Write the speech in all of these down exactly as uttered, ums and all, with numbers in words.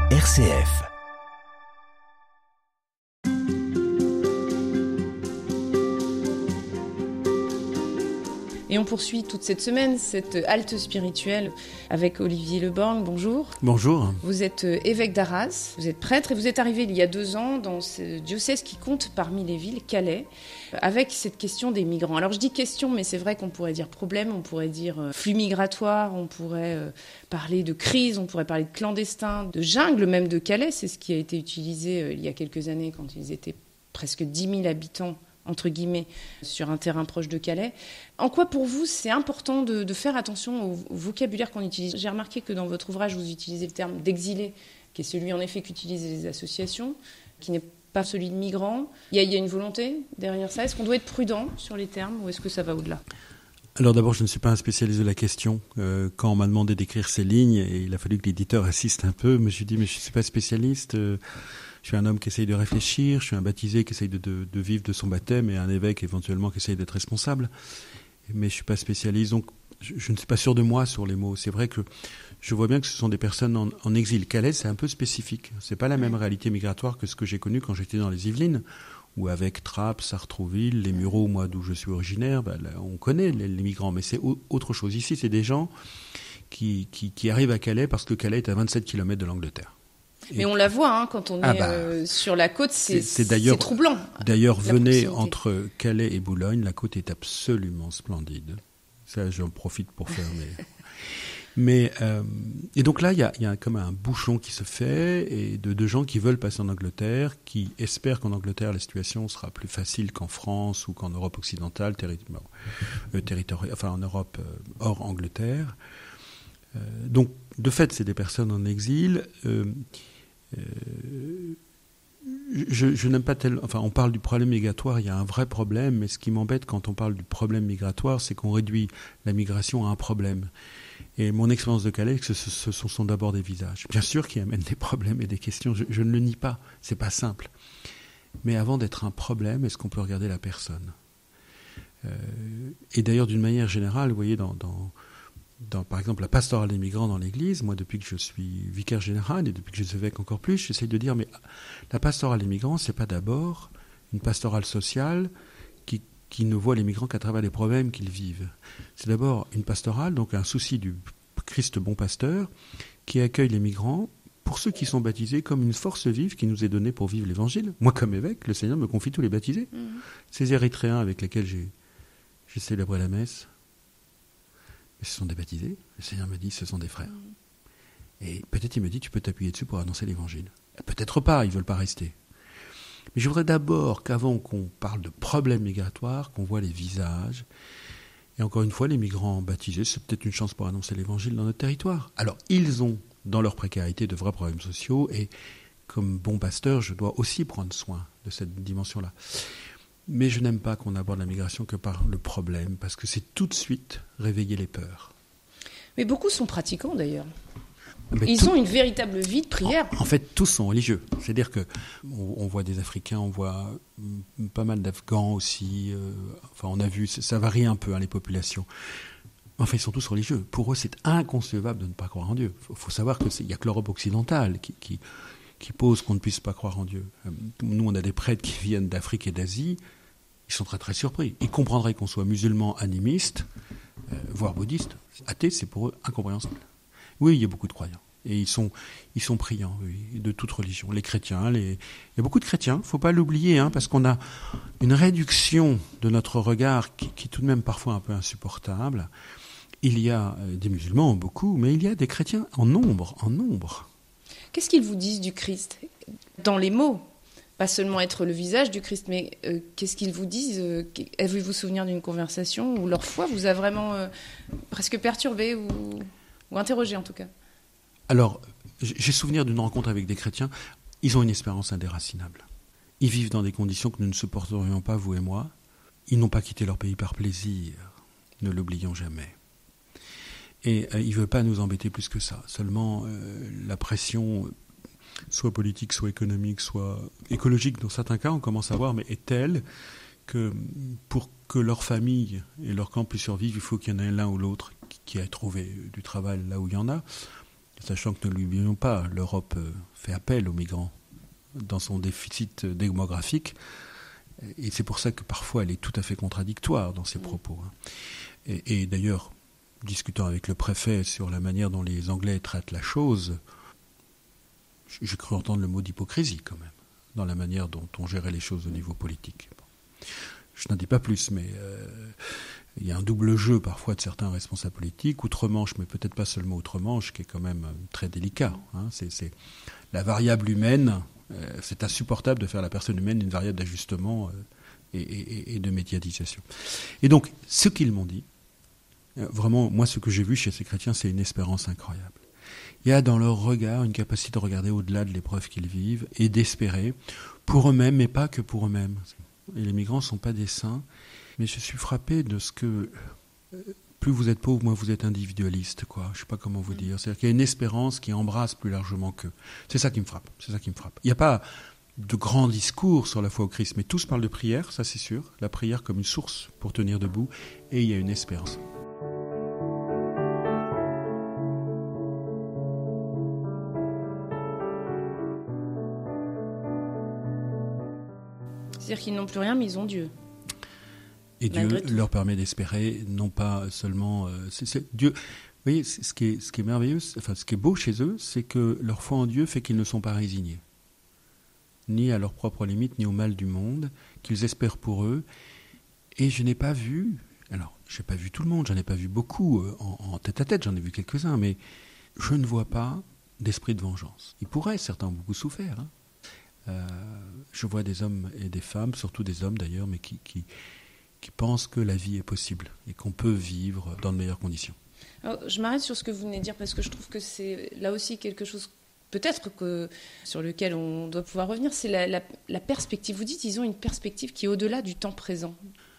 R C F. Et on poursuit toute cette semaine cette halte spirituelle avec Olivier Leborgne. Bonjour. Bonjour. Vous êtes évêque d'Arras, vous êtes prêtre et vous êtes arrivé il y a deux ans dans ce diocèse qui compte parmi les villes, Calais, avec cette question des migrants. Alors je dis question, mais c'est vrai qu'on pourrait dire problème, on pourrait dire flux migratoire, on pourrait parler de crise, on pourrait parler de clandestins, de jungle même de Calais. C'est ce qui a été utilisé il y a quelques années quand ils étaient presque dix mille habitants entre guillemets, sur un terrain proche de Calais. En quoi, pour vous, c'est important de, de faire attention au, au vocabulaire qu'on utilise ? J'ai remarqué que dans votre ouvrage, vous utilisez le terme d'exilé, qui est celui, en effet, qu'utilisent les associations, qui n'est pas celui de migrant. Il y a, il y a une volonté derrière ça. Est-ce qu'on doit être prudent sur les termes ou est-ce que ça va au-delà ? Alors d'abord, je ne suis pas un spécialiste de la question. Euh, quand on m'a demandé d'écrire ces lignes, et il a fallu que l'éditeur assiste un peu, je me suis dit, mais je ne suis pas spécialiste. Euh, je suis un homme qui essaye de réfléchir, je suis un baptisé qui essaye de, de, de vivre de son baptême et un évêque éventuellement qui essaye d'être responsable. Mais je ne suis pas spécialiste, donc je, je ne suis pas sûr de moi sur les mots. C'est vrai que je vois bien que ce sont des personnes en, en exil. Calais, c'est un peu spécifique. Ce n'est pas la même réalité migratoire que ce que j'ai connu quand j'étais dans les Yvelines, où avec Trappes, Sartrouville, les Mureaux, moi d'où je suis originaire, ben là, on connaît les, les migrants, mais c'est o- autre chose. Ici, c'est des gens qui, qui, qui arrivent à Calais parce que Calais est à vingt-sept kilomètres de l'Angleterre. Mais on la voit hein, quand on ah est bah, euh, sur la côte, c'est, c'est, c'est, d'ailleurs, c'est troublant. D'ailleurs, venez entre Calais et Boulogne, la côte est absolument splendide. Ça, j'en profite pour faire mes... Mais, euh, et donc là, il y a, y a comme un bouchon qui se fait et de, de gens qui veulent passer en Angleterre, qui espèrent qu'en Angleterre, la situation sera plus facile qu'en France ou qu'en Europe occidentale, terri- euh, territori- enfin en Europe euh, hors Angleterre. Euh, donc, de fait, c'est des personnes en exil. Euh, euh, je, je n'aime pas tellement... Enfin, on parle du problème migratoire, il y a un vrai problème, mais ce qui m'embête quand on parle du problème migratoire, c'est qu'on réduit la migration à un problème. Et mon expérience de Calais, ce, ce, ce sont d'abord des visages. Bien sûr qui amènent des problèmes et des questions, je, je ne le nie pas, c'est pas simple. Mais avant d'être un problème, est-ce qu'on peut regarder la personne ? euh, Et d'ailleurs, d'une manière générale, vous voyez, dans, dans, dans par exemple la pastorale des migrants dans l'Église, moi depuis que je suis vicaire général et depuis que je suis évêque encore plus, j'essaye de dire, mais la pastorale des migrants, c'est pas d'abord une pastorale sociale qui qui ne voit les migrants qu'à travers les problèmes qu'ils vivent. C'est d'abord une pastorale, donc un souci du Christ bon pasteur, qui accueille les migrants, pour ceux qui sont baptisés, comme une force vive qui nous est donnée pour vivre l'Évangile. Moi, comme évêque, le Seigneur me confie tous les baptisés. Mmh. Ces Érythréens avec lesquels j'ai, j'ai célébré la messe, mais ce sont des baptisés. Le Seigneur me dit, ce sont des frères. Mmh. Et peut-être il me dit, tu peux t'appuyer dessus pour annoncer l'Évangile. Peut-être pas, ils ne veulent pas rester. Mais je voudrais d'abord qu'avant qu'on parle de problèmes migratoires, qu'on voit les visages. Et encore une fois, les migrants baptisés, c'est peut-être une chance pour annoncer l'Évangile dans notre territoire. Alors, ils ont, dans leur précarité, de vrais problèmes sociaux. Et comme bon pasteur, je dois aussi prendre soin de cette dimension-là. Mais je n'aime pas qu'on aborde la migration que par le problème, parce que c'est tout de suite réveiller les peurs. Mais beaucoup sont pratiquants, d'ailleurs. Mais Ils tout, ont une véritable vie de prière. En, en fait, tous sont religieux. C'est-à-dire que on, on voit des Africains, on voit m- pas mal d'Afghans aussi. Euh, enfin, on a vu, ça, ça varie un peu, hein, les populations. Enfin, ils sont tous religieux. Pour eux, c'est inconcevable de ne pas croire en Dieu. Il faut, faut savoir qu'il n'y a que l'Europe occidentale qui, qui, qui pose qu'on ne puisse pas croire en Dieu. Euh, nous, on a des prêtres qui viennent d'Afrique et d'Asie. Ils sont très très surpris. Ils comprendraient qu'on soit musulman, animiste, euh, voire bouddhiste. Athée, c'est pour eux incompréhensible. Oui, il y a beaucoup de croyants. Et ils sont, ils sont priants, oui, de toute religion. Les chrétiens, les... il y a beaucoup de chrétiens, il ne faut pas l'oublier, hein, parce qu'on a une réduction de notre regard qui, qui est tout de même parfois un peu insupportable. Il y a des musulmans, beaucoup, mais il y a des chrétiens en nombre, en nombre. Qu'est-ce qu'ils vous disent du Christ ? Dans les mots, pas seulement être le visage du Christ, mais euh, qu'est-ce qu'ils vous disent ? euh, Avez-vous souvenir d'une conversation où leur foi vous a vraiment euh, presque perturbé ou... ou interroger en tout cas. Alors, j'ai souvenir d'une rencontre avec des chrétiens. Ils ont une espérance indéracinable. Ils vivent dans des conditions que nous ne supporterions pas, vous et moi. Ils n'ont pas quitté leur pays par plaisir. Ne l'oublions jamais. Et euh, ils ne veulent pas nous embêter plus que ça. Seulement, euh, la pression, soit politique, soit économique, soit écologique, dans certains cas, on commence à voir, mais est telle que pour que leur famille et leur camp puissent survivre, il faut qu'il y en ait l'un ou l'autre qui ait trouvé du travail là où il y en a. Sachant que ne l'oublions pas, l'Europe fait appel aux migrants dans son déficit démographique. Et c'est pour ça que parfois elle est tout à fait contradictoire dans ses propos. Et, et d'ailleurs, discutant avec le préfet sur la manière dont les Anglais traitent la chose, j'ai cru entendre le mot d'hypocrisie quand même, dans la manière dont on gérait les choses au niveau politique. Bon. Je n'en dis pas plus, mais euh, il y a un double jeu parfois de certains responsables politiques, outre-Manche, mais peut-être pas seulement outre-Manche, qui est quand même très délicat. Hein. C'est, c'est la variable humaine, euh, c'est insupportable de faire la personne humaine une variable d'ajustement euh, et, et, et de médiatisation. Et donc, ce qu'ils m'ont dit, euh, vraiment, moi, ce que j'ai vu chez ces chrétiens, c'est une espérance incroyable. Il y a dans leur regard une capacité de regarder au-delà de l'épreuve qu'ils vivent et d'espérer pour eux-mêmes, mais pas que pour eux-mêmes. Et les migrants ne sont pas des saints, mais je suis frappé de ce que plus vous êtes pauvre, moins vous êtes individualiste, quoi. Je ne sais pas comment vous dire. C'est-à-dire qu'il y a une espérance qui embrasse plus largement qu'eux. C'est ça qui me frappe. C'est ça qui me frappe. Il n'y a pas de grands discours sur la foi au Christ, mais tous parlent de prière, ça c'est sûr. La prière comme une source pour tenir debout, et il y a une espérance. C'est-à-dire qu'ils n'ont plus rien, mais ils ont Dieu. Et Dieu leur permet d'espérer, non pas seulement... Euh, c'est, c'est, Dieu, vous voyez, c'est, ce, qui est, ce qui est merveilleux, enfin ce qui est beau chez eux, c'est que leur foi en Dieu fait qu'ils ne sont pas résignés, ni à leurs propres limites, ni au mal du monde, qu'ils espèrent pour eux. Et je n'ai pas vu, alors je n'ai pas vu tout le monde, j'en ai pas vu beaucoup euh, en, en tête à tête, j'en ai vu quelques-uns, mais je ne vois pas d'esprit de vengeance. Ils pourraient, certains ont beaucoup souffert, hein. Euh, je vois des hommes et des femmes, surtout des hommes d'ailleurs, mais qui, qui, qui pensent que la vie est possible et qu'on peut vivre dans de meilleures conditions. Alors, je m'arrête sur ce que vous venez de dire parce que je trouve que c'est là aussi quelque chose peut-être que, sur lequel on doit pouvoir revenir, c'est la, la, la perspective. Vous dites qu'ils ont une perspective qui est au-delà du temps présent.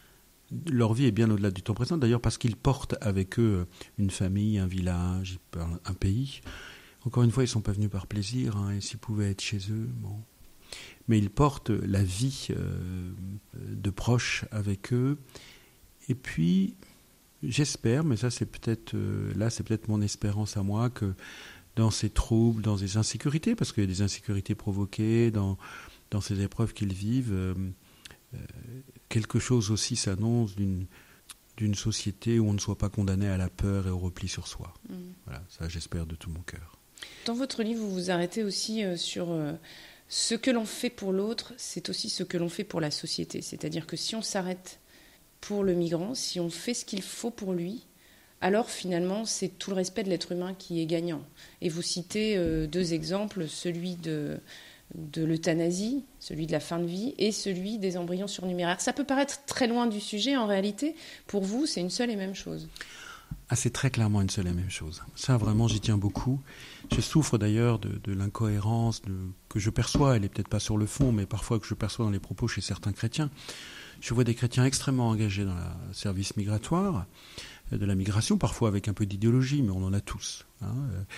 Leur vie est bien au-delà du temps présent, d'ailleurs parce qu'ils portent avec eux une famille, un village, un pays. Encore une fois, ils ne sont pas venus par plaisir, hein, et s'ils pouvaient être chez eux, bon... Mais ils portent la vie euh, de proches avec eux. Et puis, j'espère, mais ça c'est peut-être euh, là c'est peut-être mon espérance à moi, que dans ces troubles, dans ces insécurités, parce qu'il y a des insécurités provoquées, dans, dans ces épreuves qu'ils vivent, euh, euh, quelque chose aussi s'annonce d'une, d'une société où on ne soit pas condamné à la peur et au repli sur soi. Mmh. Voilà, ça j'espère de tout mon cœur. Dans votre livre, vous vous arrêtez aussi euh, sur... Euh Ce que l'on fait pour l'autre, c'est aussi ce que l'on fait pour la société. C'est-à-dire que si on s'arrête pour le migrant, si on fait ce qu'il faut pour lui, alors finalement, c'est tout le respect de l'être humain qui est gagnant. Et vous citez euh, deux exemples, celui de, de l'euthanasie, celui de la fin de vie, et celui des embryons surnuméraires. Ça peut paraître très loin du sujet, en réalité, pour vous, c'est une seule et même chose. Ah, c'est très clairement une seule et même chose. Ça, vraiment, j'y tiens beaucoup. Je souffre d'ailleurs de, de l'incohérence de, que je perçois, elle n'est peut-être pas sur le fond, mais parfois que je perçois dans les propos chez certains chrétiens. Je vois des chrétiens extrêmement engagés dans le service migratoire, de la migration, parfois avec un peu d'idéologie, mais on en a tous. Hein.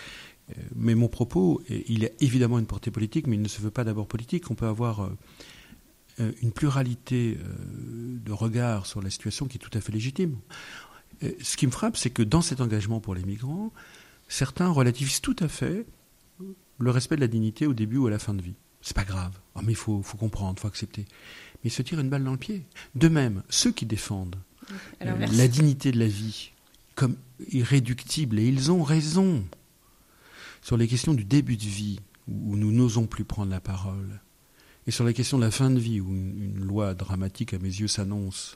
Mais mon propos, il a évidemment une portée politique, mais il ne se veut pas d'abord politique. On peut avoir une pluralité de regards sur la situation qui est tout à fait légitime. Ce qui me frappe, c'est que dans cet engagement pour les migrants, certains relativisent tout à fait le respect de la dignité au début ou à la fin de vie. C'est pas grave. Oh, mais il faut, faut comprendre, il faut accepter. Mais ils se tirent une balle dans le pied. De même, ceux qui défendent Alors, euh, la dignité de la vie comme irréductible, et ils ont raison, sur les questions du début de vie, où nous n'osons plus prendre la parole, et sur les questions de la fin de vie, où une, une loi dramatique à mes yeux s'annonce,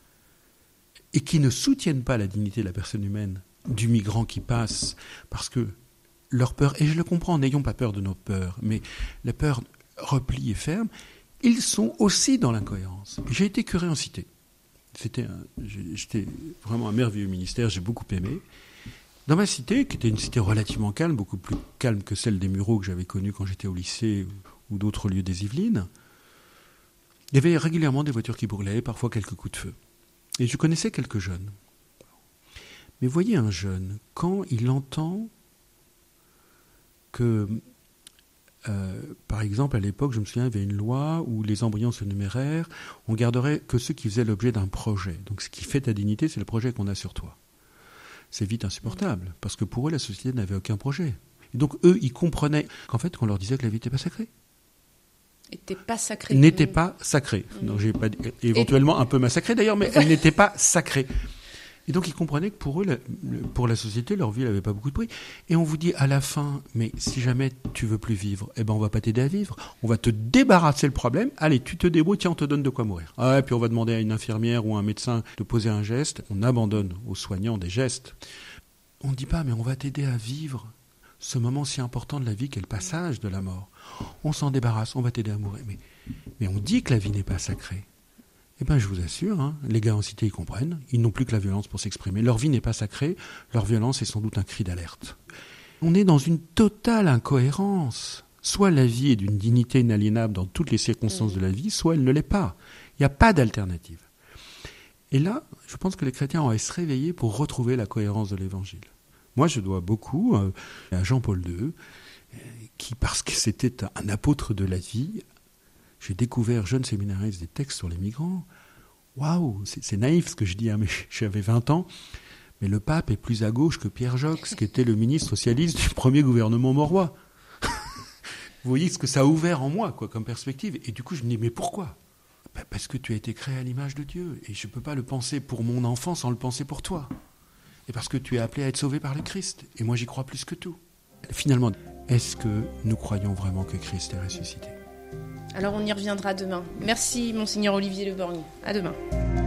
et qui ne soutiennent pas la dignité de la personne humaine, du migrant qui passe, parce que leur peur, et je le comprends, n'ayons pas peur de nos peurs, mais la peur replie et ferme, ils sont aussi dans l'incohérence. J'ai été curé en cité. C'était un, j'étais vraiment un merveilleux ministère, j'ai beaucoup aimé. Dans ma cité, qui était une cité relativement calme, beaucoup plus calme que celle des Mureaux que j'avais connue quand j'étais au lycée ou d'autres lieux des Yvelines, il y avait régulièrement des voitures qui brûlaient, parfois quelques coups de feu. Et je connaissais quelques jeunes. Mais voyez un jeune, quand il entend que, euh, par exemple, à l'époque, je me souviens, il y avait une loi où les embryons surnuméraires, on garderait que ceux qui faisaient l'objet d'un projet. Donc ce qui fait ta dignité, c'est le projet qu'on a sur toi. C'est vite insupportable, parce que pour eux, la société n'avait aucun projet. Et donc eux, ils comprenaient qu'en fait, qu'on leur disait que la vie n'était pas sacrée. N'était pas sacrée. N'était pas sacrée. Mmh. Donc j'ai pas dit, éventuellement Et... un peu massacrée d'ailleurs, mais elle n'était pas sacrée. Et donc ils comprenaient que pour eux, la, pour la société, leur vie n'avait pas beaucoup de prix. Et on vous dit à la fin, mais si jamais tu veux plus vivre, eh ben on va pas t'aider à vivre. On va te débarrasser le problème. Allez, tu te débrouilles, tiens, on te donne de quoi mourir. Ah, et puis on va demander à une infirmière ou à un médecin de poser un geste. On abandonne aux soignants des gestes. On ne dit pas, mais on va t'aider à vivre ce moment si important de la vie qu'est le passage de la mort. On s'en débarrasse, on va t'aider à mourir. Mais, mais on dit que la vie n'est pas sacrée. Eh bien, je vous assure, hein, les gars en cité, ils comprennent. Ils n'ont plus que la violence pour s'exprimer. Leur vie n'est pas sacrée. Leur violence est sans doute un cri d'alerte. On est dans une totale incohérence. Soit la vie est d'une dignité inaliénable dans toutes les circonstances mmh. de la vie, soit elle ne l'est pas. Il n'y a pas d'alternative. Et là, je pense que les chrétiens auraient se réveiller pour retrouver la cohérence de l'Évangile. Moi, je dois beaucoup euh, à Jean-Paul deux, euh, qui, parce que c'était un apôtre de la vie, j'ai découvert, jeune séminariste, des textes sur les migrants. Waouh, c'est, c'est naïf ce que je dis, hein, mais j'avais vingt ans. Mais le pape est plus à gauche que Pierre Joxe, qui était le ministre socialiste du premier gouvernement Mauroy. Vous voyez ce que ça a ouvert en moi, quoi, comme perspective. Et du coup, je me dis, mais pourquoi ? Ben parce que tu as été créé à l'image de Dieu. Et je ne peux pas le penser pour mon enfant sans le penser pour toi. Et parce que tu es appelé à être sauvé par le Christ. Et moi, j'y crois plus que tout. Finalement, est-ce que nous croyons vraiment que Christ est ressuscité ? Alors on y reviendra demain. Merci Monseigneur Olivier Le Borgny. À demain.